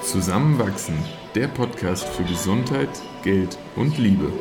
Zusammenwachsen, der Podcast für Gesundheit, Geld und Liebe.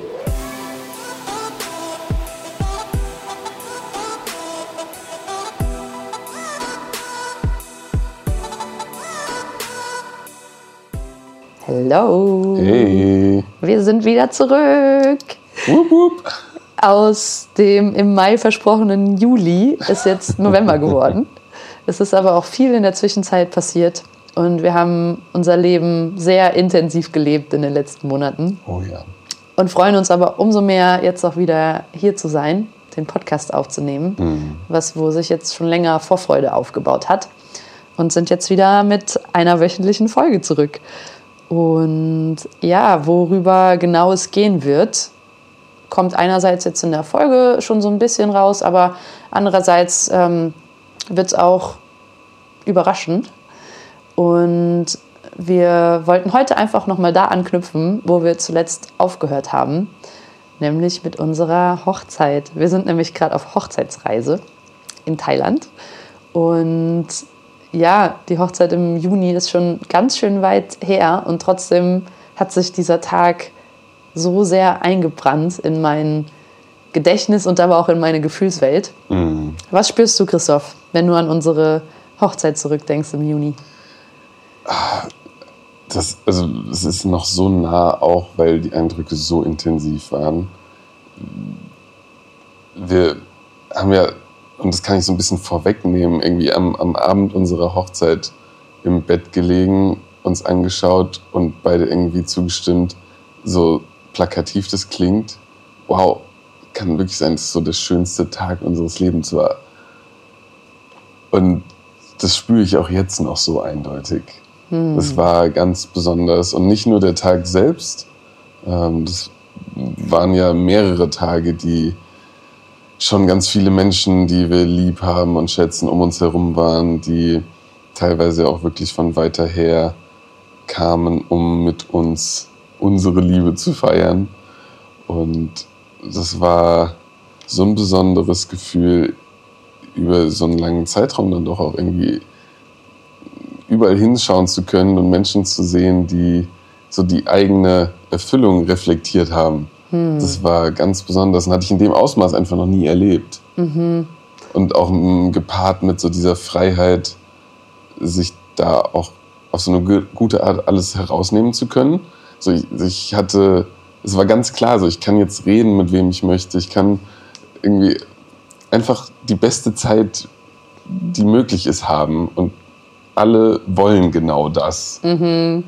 Hallo. Hey. Wir sind wieder zurück. Wupp, wupp. Aus dem im Mai versprochenen Juli ist jetzt November geworden. Es ist aber auch viel in der Zwischenzeit passiert und wir haben unser Leben sehr intensiv gelebt in den letzten Monaten. Oh ja. Und freuen uns aber umso mehr, jetzt auch wieder hier zu sein, den Podcast aufzunehmen, wo sich jetzt schon länger Vorfreude aufgebaut hat. Und sind jetzt wieder mit einer wöchentlichen Folge zurück. Und ja, worüber genau es gehen wird, kommt einerseits jetzt in der Folge schon so ein bisschen raus, aber andererseits wird es auch überraschend. Und wir wollten heute einfach nochmal da anknüpfen, wo wir zuletzt aufgehört haben, nämlich mit unserer Hochzeit. Wir sind nämlich gerade auf Hochzeitsreise in Thailand. Und ja, die Hochzeit im Juni ist schon ganz schön weit her und trotzdem hat sich dieser Tag so sehr eingebrannt in mein Gedächtnis und aber auch in meine Gefühlswelt. Was spürst du, Christoph, wenn du an unsere Hochzeit zurückdenkst im Juni? Es ist noch so nah, auch weil die Eindrücke so intensiv waren. Wir haben ja, und das kann ich so ein bisschen vorwegnehmen, irgendwie am Abend unserer Hochzeit im Bett gelegen, uns angeschaut und beide irgendwie zugestimmt, so plakativ das klingt. Wow, kann wirklich sein, dass es so der schönste Tag unseres Lebens war. Und das spüre ich auch jetzt noch so eindeutig. Das war ganz besonders. Und nicht nur der Tag selbst, das waren ja mehrere Tage, die schon ganz viele Menschen, die wir lieb haben und schätzen, um uns herum waren, die teilweise auch wirklich von weiter her kamen, um mit uns unsere Liebe zu feiern. Und das war so ein besonderes Gefühl, über so einen langen Zeitraum dann doch auch irgendwie überall hinschauen zu können und Menschen zu sehen, die so die eigene Erfüllung reflektiert haben. Das war ganz besonders und hatte ich in dem Ausmaß einfach noch nie erlebt. Und auch gepaart mit so dieser Freiheit, sich da auch auf so eine gute Art alles herausnehmen zu können. So es war ganz klar, so ich kann jetzt reden, mit wem ich möchte. Ich kann irgendwie einfach die beste Zeit, die möglich ist, haben. Und alle wollen genau das. Sind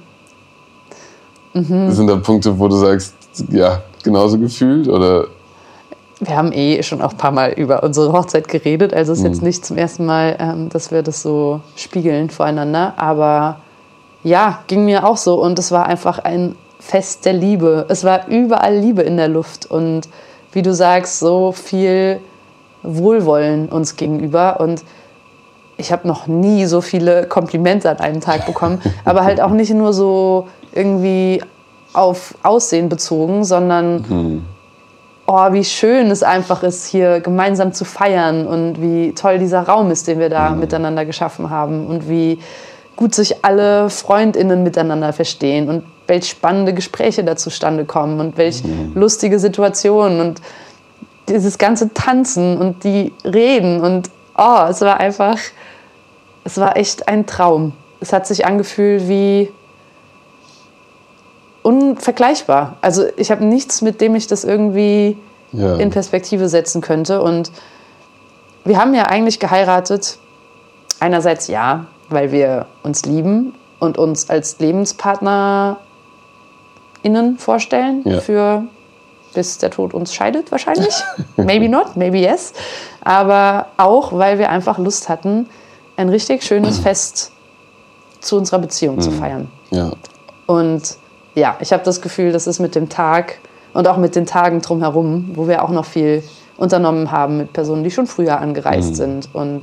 da Punkte, wo du sagst, ja, genauso gefühlt? Oder? Wir haben schon auch ein paar Mal über unsere Hochzeit geredet. Also es ist jetzt nicht zum ersten Mal, dass wir das so spiegeln voreinander. Aber ja, ging mir auch so. Und es war einfach ein Fest der Liebe. Es war überall Liebe in der Luft. Und wie du sagst, so viel Wohlwollen uns gegenüber. Und ich habe noch nie so viele Komplimente an einem Tag bekommen. Aber halt auch nicht nur so irgendwie auf Aussehen bezogen, sondern wie schön es einfach ist, hier gemeinsam zu feiern und wie toll dieser Raum ist, den wir da miteinander geschaffen haben und wie gut sich alle FreundInnen miteinander verstehen und welch spannende Gespräche da zustande kommen und welch lustige Situationen und dieses ganze Tanzen und die Reden und es war echt ein Traum. Es hat sich angefühlt wie unvergleichbar. Also ich habe nichts, mit dem ich das irgendwie in Perspektive setzen könnte. Und wir haben ja eigentlich geheiratet. Einerseits ja, weil wir uns lieben und uns als LebenspartnerInnen vorstellen. Für bis der Tod uns scheidet wahrscheinlich. Maybe not, maybe yes. Aber auch, weil wir einfach Lust hatten, ein richtig schönes Fest zu unserer Beziehung zu feiern. Ja. Und ja, ich habe das Gefühl, das ist mit dem Tag und auch mit den Tagen drumherum, wo wir auch noch viel unternommen haben mit Personen, die schon früher angereist sind. Und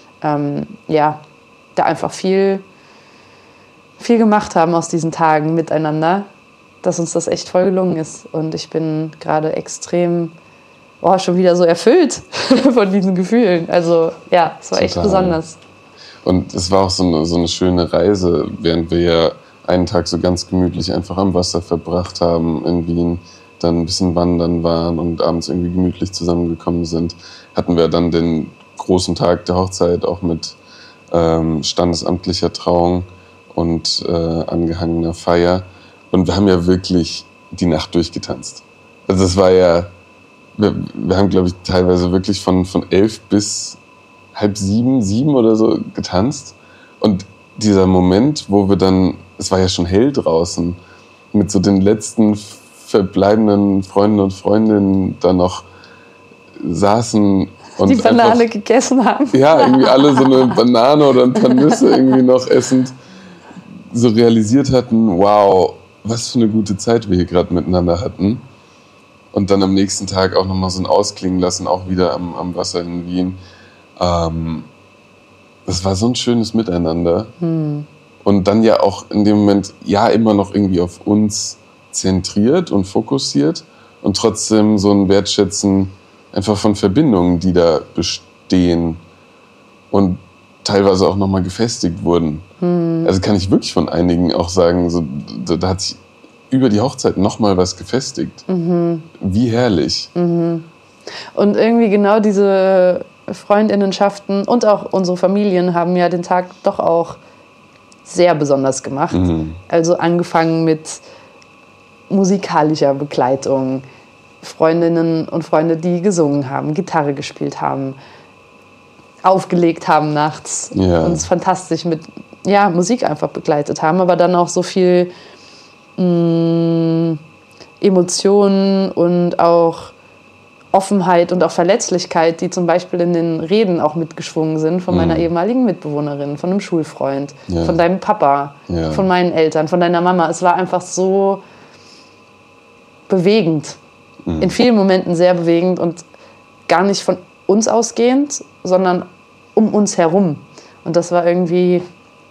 da einfach viel gemacht haben aus diesen Tagen miteinander, dass uns das echt voll gelungen ist. Und ich bin gerade extrem schon wieder so erfüllt von diesen Gefühlen. Also ja, es war echt besonders. Und es war auch so eine schöne Reise, während wir ja einen Tag so ganz gemütlich einfach am Wasser verbracht haben in Wien, dann ein bisschen wandern waren und abends irgendwie gemütlich zusammengekommen sind, hatten wir dann den großen Tag der Hochzeit auch mit standesamtlicher Trauung und angehangener Feier. Und wir haben ja wirklich die Nacht durchgetanzt. Also es war ja, wir haben, glaube ich, teilweise wirklich von 11 bis 6:30, 7 oder so getanzt. Und dieser Moment, wo wir dann, es war ja schon hell draußen, mit so den letzten verbleibenden Freunden und Freundinnen da noch saßen und die Banane gegessen haben. Ja, irgendwie alle so eine Banane oder ein paar Nüsse irgendwie noch essend, so realisiert hatten, wow, was für eine gute Zeit wir hier gerade miteinander hatten. Und dann am nächsten Tag auch nochmal so ein Ausklingen lassen, auch wieder am Wasser in Wien. Das war so ein schönes Miteinander. Und dann ja auch in dem Moment, ja, immer noch irgendwie auf uns zentriert und fokussiert und trotzdem so ein Wertschätzen einfach von Verbindungen, die da bestehen und teilweise auch nochmal gefestigt wurden. Also kann ich wirklich von einigen auch sagen, so, da hat sich über die Hochzeit nochmal was gefestigt. Wie herrlich. Und irgendwie genau diese Freundinnenschaften und auch unsere Familien haben ja den Tag doch auch sehr besonders gemacht. Also angefangen mit musikalischer Begleitung, Freundinnen und Freunde, die gesungen haben, Gitarre gespielt haben, aufgelegt haben nachts, uns fantastisch mit Musik einfach begleitet haben, aber dann auch so viel Emotionen und auch Offenheit und auch Verletzlichkeit, die zum Beispiel in den Reden auch mitgeschwungen sind von meiner ehemaligen Mitbewohnerin, von einem Schulfreund, von deinem Papa, von meinen Eltern, von deiner Mama. Es war einfach so bewegend, in vielen Momenten sehr bewegend und gar nicht von uns ausgehend, sondern um uns herum. Und das war irgendwie,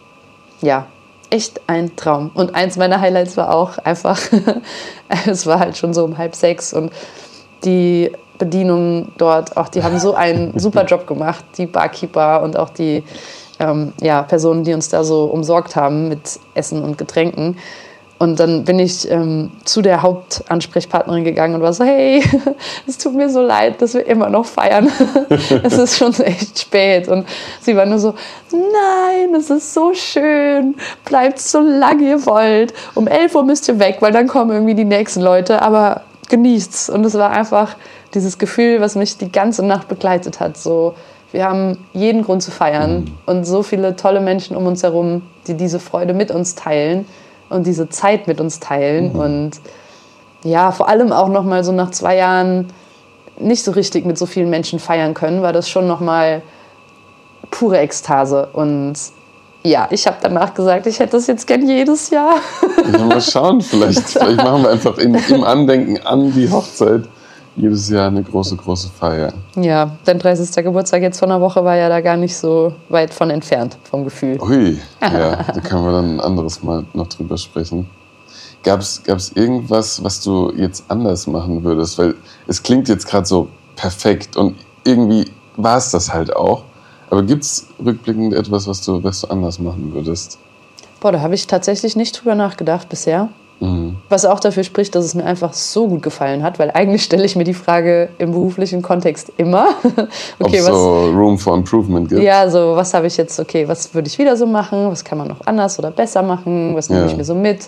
echt ein Traum. Und eins meiner Highlights war auch einfach, es war halt schon so um 5:30 und die Bedienungen dort, auch die haben so einen super Job gemacht, die Barkeeper und auch die Personen, die uns da so umsorgt haben mit Essen und Getränken. Und dann bin ich zu der Hauptansprechpartnerin gegangen und war so, hey, es tut mir so leid, dass wir immer noch feiern. Es ist schon echt spät. Und sie war nur so, nein, es ist so schön, bleibt so lange ihr wollt. Um 11 Uhr müsst ihr weg, weil dann kommen irgendwie die nächsten Leute, aber genießt's. Und es war einfach dieses Gefühl, was mich die ganze Nacht begleitet hat. So, wir haben jeden Grund zu feiern und so viele tolle Menschen um uns herum, die diese Freude mit uns teilen und diese Zeit mit uns teilen. Und vor allem auch noch mal so nach 2 Jahren nicht so richtig mit so vielen Menschen feiern können, war das schon noch mal pure Ekstase. Und ich habe danach gesagt, ich hätte das jetzt gern jedes Jahr. Mal schauen, vielleicht machen wir einfach im Andenken an die Hochzeit jedes Jahr eine große, große Feier. Ja, dein 30. Geburtstag jetzt vor einer Woche war ja da gar nicht so weit von entfernt, vom Gefühl. Ui, da können wir dann ein anderes Mal noch drüber sprechen. Gab's irgendwas, was du jetzt anders machen würdest? Weil es klingt jetzt gerade so perfekt und irgendwie war es das halt auch. Aber gibt's rückblickend etwas, was du anders machen würdest? Da habe ich tatsächlich nicht drüber nachgedacht bisher. Was auch dafür spricht, dass es mir einfach so gut gefallen hat, weil eigentlich stelle ich mir die Frage im beruflichen Kontext immer. Ob es so Room for Improvement gibt? Ja, so was habe ich jetzt, was würde ich wieder so machen, was kann man noch anders oder besser machen, was nehme ich mir so mit?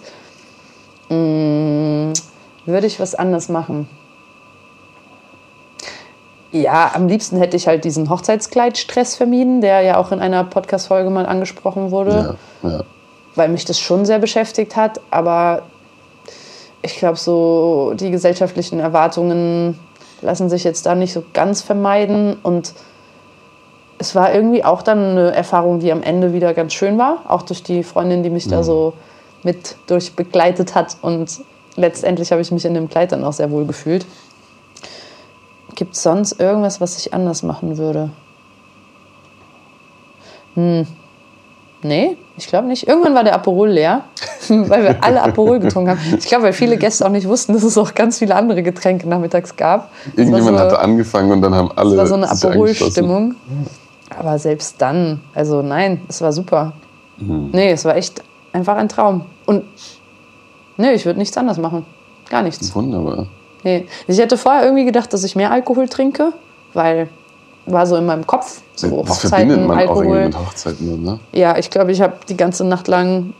Würde ich was anders machen? Ja, am liebsten hätte ich halt diesen Hochzeitskleidstress vermieden, der ja auch in einer Podcast-Folge mal angesprochen wurde, weil mich das schon sehr beschäftigt hat, aber ich glaube, so die gesellschaftlichen Erwartungen lassen sich jetzt da nicht so ganz vermeiden. Und es war irgendwie auch dann eine Erfahrung, die am Ende wieder ganz schön war. Auch durch die Freundin, die mich da so mit durchbegleitet hat. Und letztendlich habe ich mich in dem Kleid dann auch sehr wohl gefühlt. Gibt es sonst irgendwas, was ich anders machen würde? Nee, ich glaube nicht. Irgendwann war der Aperol leer, weil wir alle Aperol getrunken haben. Ich glaube, weil viele Gäste auch nicht wussten, dass es auch ganz viele andere Getränke nachmittags gab. Irgendjemand hatte angefangen und dann haben alle. Es war so eine Aperol-Stimmung. Aber selbst dann, also nein, es war super. Nee, es war echt einfach ein Traum. Und ich würde nichts anderes machen. Gar nichts. Wunderbar. Nee. Ich hätte vorher irgendwie gedacht, dass ich mehr Alkohol trinke, weil war so in meinem Kopf, so das verbindet Hochzeiten, man Alkohol. auch irgendwie mit Hochzeiten, ne? Ja, ich glaube, ich habe die ganze Nacht lang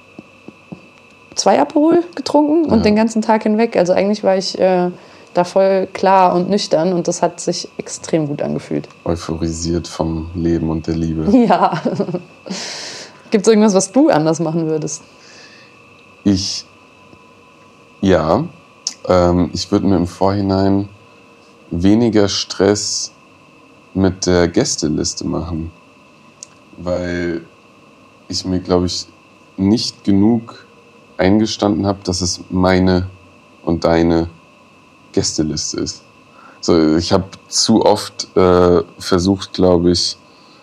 2 Aperol getrunken und den ganzen Tag hinweg. Also eigentlich war ich da voll klar und nüchtern und das hat sich extrem gut angefühlt. Euphorisiert vom Leben und der Liebe. Ja. Gibt es irgendwas, was du anders machen würdest? Ich würde mir im Vorhinein weniger Stress mit der Gästeliste machen, weil ich mir, glaube ich, nicht genug eingestanden habe, dass es meine und deine Gästeliste ist. So, ich habe zu oft versucht, glaube ich,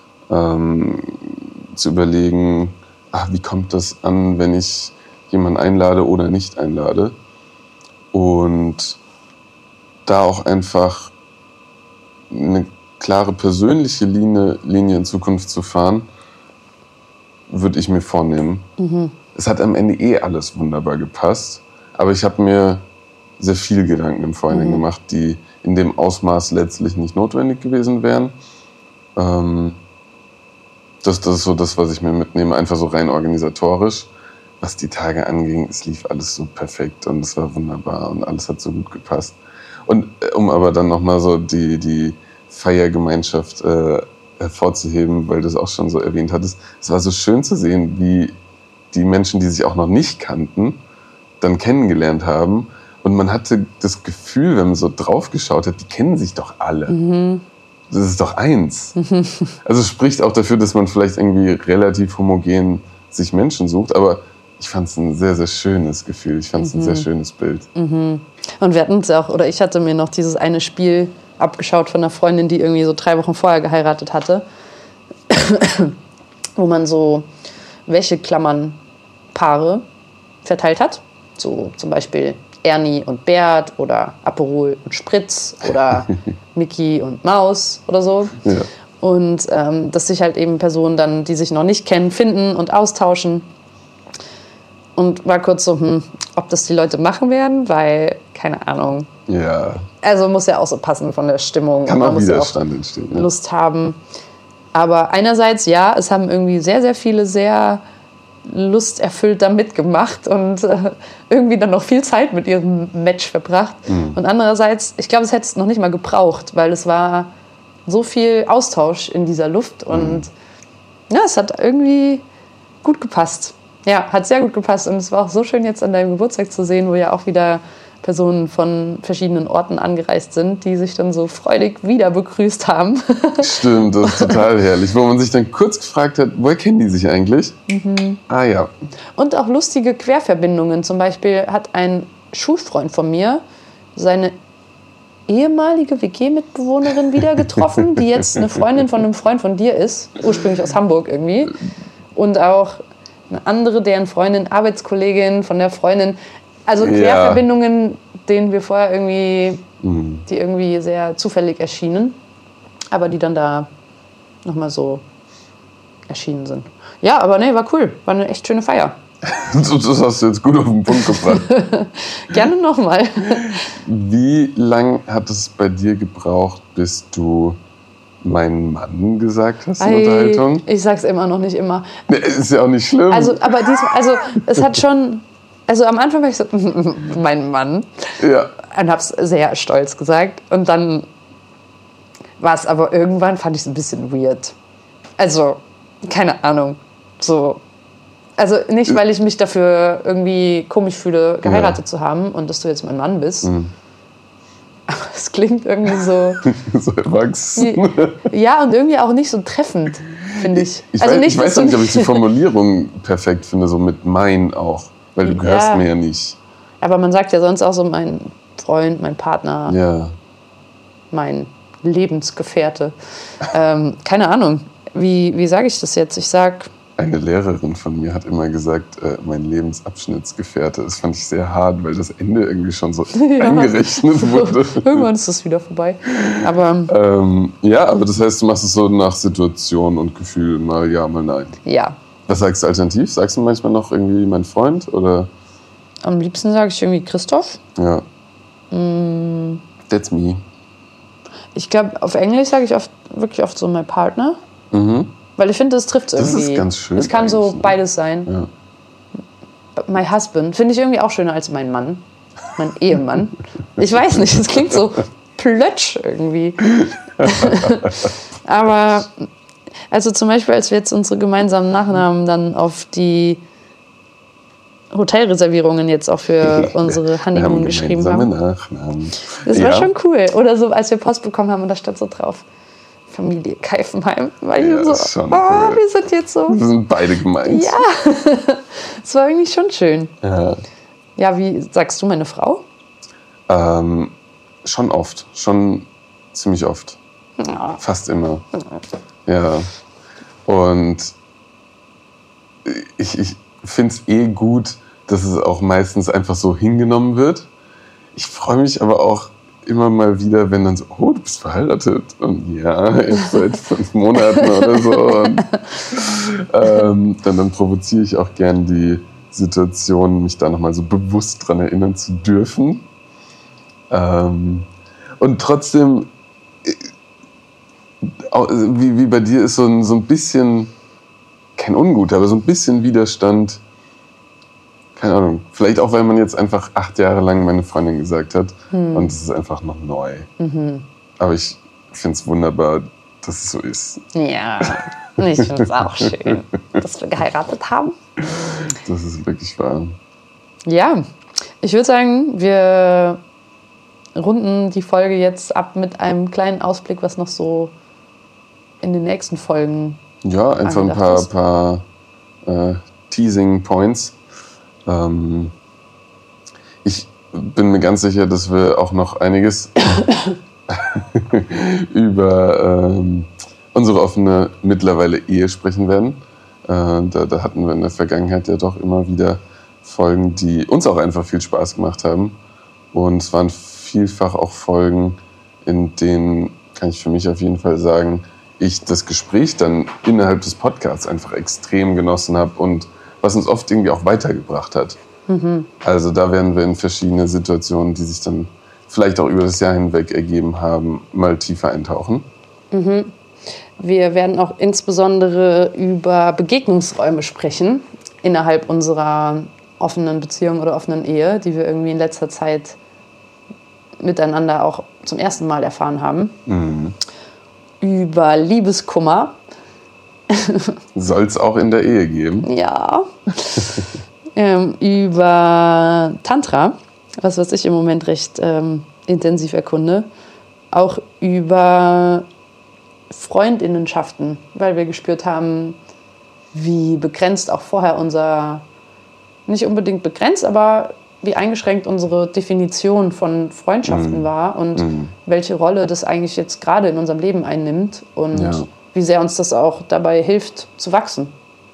zu überlegen, wie kommt das an, wenn ich jemanden einlade oder nicht einlade. Und da auch einfach eine klare persönliche Linie in Zukunft zu fahren, würde ich mir vornehmen. Es hat am Ende alles wunderbar gepasst, aber ich habe mir sehr viel Gedanken im Vorhinein gemacht, die in dem Ausmaß letztlich nicht notwendig gewesen wären. Das ist so das, was ich mir mitnehme, einfach so rein organisatorisch. Was die Tage anging, es lief alles so perfekt und es war wunderbar und alles hat so gut gepasst. Und um aber dann nochmal so die Feiergemeinschaft hervorzuheben, weil du es auch schon so erwähnt hattest, es war so schön zu sehen, wie die Menschen, die sich auch noch nicht kannten, dann kennengelernt haben. Und man hatte das Gefühl, wenn man so drauf geschaut hat, die kennen sich doch alle. Das ist doch eins. Also es spricht auch dafür, dass man vielleicht irgendwie relativ homogen sich Menschen sucht, aber ich fand es ein sehr, sehr schönes Gefühl. Ich fand es ein sehr schönes Bild. Und wir hatten es auch, oder ich hatte mir noch dieses eine Spiel abgeschaut von einer Freundin, die irgendwie so 3 Wochen vorher geheiratet hatte, wo man so Wäscheklammern-Paare verteilt hat. So zum Beispiel Ernie und Bert oder Aperol und Spritz oder Mickey und Maus oder so. Ja. Und dass sich halt eben Personen dann, die sich noch nicht kennen, finden und austauschen. Und war kurz so, ob das die Leute machen werden, weil, keine Ahnung. Ja. Also muss ja auch so passen von der Stimmung. Kann man auch muss Widerstand ja entstehen. auch Lust haben. Aber einerseits, ja, es haben irgendwie sehr, sehr viele sehr lusterfüllt da mitgemacht und irgendwie dann noch viel Zeit mit ihrem Match verbracht. Und andererseits, ich glaube, es hätte es noch nicht mal gebraucht, weil es war so viel Austausch in dieser Luft und ja, es hat irgendwie gut gepasst. Ja, hat sehr gut gepasst und es war auch so schön jetzt an deinem Geburtstag zu sehen, wo ja auch wieder Personen von verschiedenen Orten angereist sind, die sich dann so freudig wieder begrüßt haben. Stimmt, das ist total herrlich. Wo man sich dann kurz gefragt hat, woher kennen die sich eigentlich? Ah ja. Und auch lustige Querverbindungen. Zum Beispiel hat ein Schulfreund von mir seine ehemalige WG-Mitbewohnerin wieder getroffen, die jetzt eine Freundin von einem Freund von dir ist, ursprünglich aus Hamburg irgendwie. Und auch eine andere, deren Freundin, Arbeitskollegin von der Freundin. Also Querverbindungen, denen wir vorher irgendwie, die irgendwie sehr zufällig erschienen, aber die dann da nochmal so erschienen sind. Ja, aber nee, war cool. War eine echt schöne Feier. Das hast du jetzt gut auf den Punkt gebracht. Gerne nochmal. Wie lang hat es bei dir gebraucht, bis du meinen Mann gesagt hast in der Unterhaltung? Ich sag's immer noch nicht immer. Nee, ist ja auch nicht schlimm. Also es hat schon, am Anfang war ich so, mein Mann. Ja. Und hab's sehr stolz gesagt. Und dann war es aber irgendwann, fand ich es ein bisschen weird. Also, keine Ahnung. So. Also nicht, weil ich mich dafür irgendwie komisch fühle, geheiratet zu haben und dass du jetzt mein Mann bist. Aber es klingt irgendwie so... so erwachsen. Ja, und irgendwie auch nicht so treffend, finde ich. Ich weiß auch nicht, ob ich die Formulierung perfekt finde, so mit mein auch. Weil du gehörst mir ja nicht. Aber man sagt ja sonst auch so mein Freund, mein Partner, mein Lebensgefährte. Keine Ahnung. Wie sage ich das jetzt? Ich sag... Eine Lehrerin von mir hat immer gesagt, mein Lebensabschnittsgefährte. Das fand ich sehr hart, weil das Ende irgendwie schon so eingerechnet wurde. Irgendwann ist das wieder vorbei. Aber aber das heißt, du machst es so nach Situation und Gefühl, mal ja, mal nein. Ja, Was sagst du alternativ? Sagst du manchmal noch irgendwie mein Freund? Oder? Am liebsten sage ich irgendwie Christoph. Ja. That's me. Ich glaube, auf Englisch sage ich wirklich oft so mein Partner. Mhm. Weil ich finde, das trifft es irgendwie. Das ist ganz schön. Es kann so beides sein. Ja. My husband finde ich irgendwie auch schöner als mein Mann. Mein Ehemann. Ich weiß nicht, das klingt so plötsch irgendwie. Aber, also zum Beispiel, als wir jetzt unsere gemeinsamen Nachnamen dann auf die Hotelreservierungen jetzt auch für unsere Honeymoon geschrieben haben. Nachnamen. Das war schon cool. Oder so, als wir Post bekommen haben und da stand so drauf, Familie Keifenheim. War ich so, schon cool. Cool. Wir sind jetzt so. Wir sind beide gemeint. Ja, das war irgendwie schon schön. Ja. Ja, wie sagst du, meine Frau? Schon oft. Schon ziemlich oft. Ja. Fast immer. Ja. Und ich finde es gut, dass es auch meistens einfach so hingenommen wird. Ich freue mich aber auch immer mal wieder, wenn dann so, oh, du bist verheiratet. Und ja, jetzt seit 5 Monaten oder so. Und dann provoziere ich auch gern die Situation, mich da nochmal so bewusst dran erinnern zu dürfen. Und trotzdem, wie bei dir ist so ein bisschen, kein Ungut, aber so ein bisschen Widerstand. Keine Ahnung, vielleicht auch, weil man jetzt einfach 8 Jahre lang meine Freundin gesagt hat und es ist einfach noch neu. Aber ich finde es wunderbar, dass es so ist. Ja, ich finde es auch schön, dass wir geheiratet haben. Das ist wirklich wahr. Ja, ich würde sagen, wir runden die Folge jetzt ab mit einem kleinen Ausblick, was noch so in den nächsten Folgen Ja, einfach ein paar Teasing Points. Ich bin mir ganz sicher, dass wir auch noch einiges über unsere offene mittlerweile Ehe sprechen werden. Da hatten wir in der Vergangenheit ja doch immer wieder Folgen, die uns auch einfach viel Spaß gemacht haben. Und es waren vielfach auch Folgen, in denen, kann ich für mich auf jeden Fall sagen, ich das Gespräch dann innerhalb des Podcasts einfach extrem genossen habe und was uns oft irgendwie auch weitergebracht hat. Also da werden wir in verschiedene Situationen, die sich dann vielleicht auch über das Jahr hinweg ergeben haben, mal tiefer eintauchen. Wir werden auch insbesondere über Begegnungsräume sprechen innerhalb unserer offenen Beziehung oder offenen Ehe, die wir irgendwie in letzter Zeit miteinander auch zum ersten Mal erfahren haben. Über Liebeskummer. Soll es auch in der Ehe geben? Ja. Über Tantra, was ich im Moment recht intensiv erkunde. Auch über Freundinnenschaften, weil wir gespürt haben, wie begrenzt auch vorher nicht unbedingt begrenzt, aber wie eingeschränkt unsere Definition von Freundschaften war und welche Rolle das eigentlich jetzt gerade in unserem Leben einnimmt und wie sehr uns das auch dabei hilft zu wachsen.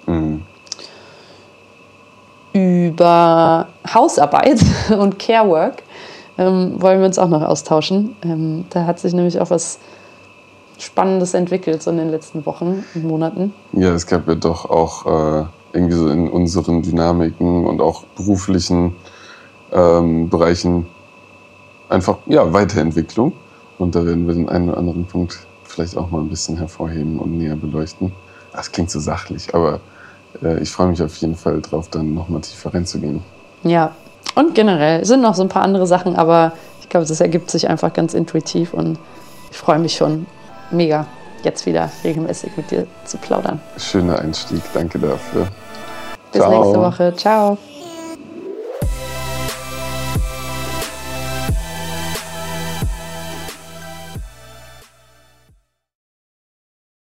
Über Hausarbeit und Carework wollen wir uns auch noch austauschen. Da hat sich nämlich auch was Spannendes entwickelt so in den letzten Wochen und Monaten. Ja, es gab ja doch auch irgendwie so in unseren Dynamiken und auch beruflichen Bereichen einfach Weiterentwicklung. Und da werden wir den einen oder anderen Punkt vielleicht auch mal ein bisschen hervorheben und näher beleuchten. Das klingt so sachlich, aber ich freue mich auf jeden Fall drauf, dann noch mal tiefer reinzugehen. Ja, und generell sind noch so ein paar andere Sachen, aber ich glaube, das ergibt sich einfach ganz intuitiv und ich freue mich schon mega, jetzt wieder regelmäßig mit dir zu plaudern. Schöner Einstieg, danke dafür. Bis nächste Woche. Ciao.